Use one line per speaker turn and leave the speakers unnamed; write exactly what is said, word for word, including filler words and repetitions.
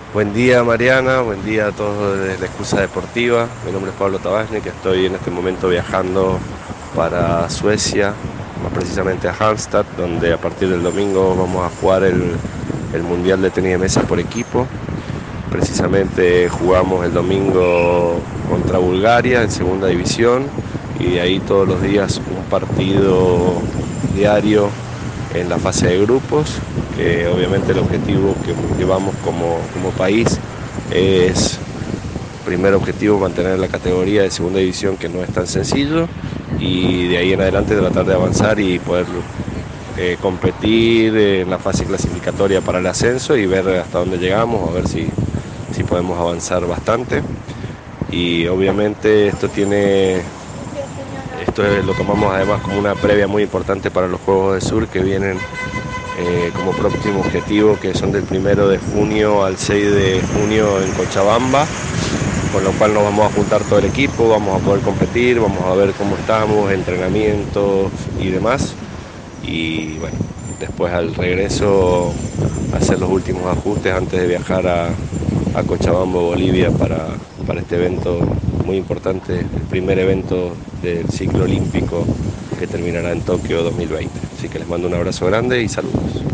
Buen día Mariana, buen día a todos de la Excusa Deportiva. Mi nombre es Pablo Tabasnik, estoy en este momento viajando para Suecia, más precisamente a Halmstad, donde a partir del domingo vamos a jugar el, el Mundial de Tenis de Mesa por equipo. Precisamente jugamos el domingo contra Bulgaria en segunda división y de ahí todos los días un partido diario en la fase de grupos, que obviamente el objetivo que llevamos como, como país es, primer objetivo, mantener la categoría de segunda división, que no es tan sencillo, y de ahí en adelante tratar de avanzar y poder eh, competir en la fase clasificatoria para el ascenso y ver hasta dónde llegamos, a ver si, si podemos avanzar bastante. Y obviamente esto tiene esto es- lo tomamos además como una previa muy importante para los Juegos de Sur que vienen eh, como próximo objetivo, que son del primero de junio al seis de junio en Cochabamba, con lo cual nos vamos a juntar todo el equipo, vamos a poder competir, vamos a ver cómo estamos, entrenamientos y demás. Y bueno, después al regreso hacer los últimos ajustes antes de viajar a, a Cochabamba, Bolivia, para, para este evento muy importante, el primer evento del ciclo olímpico que terminará en Tokio dos mil veinte. Así que les mando un abrazo grande y saludos.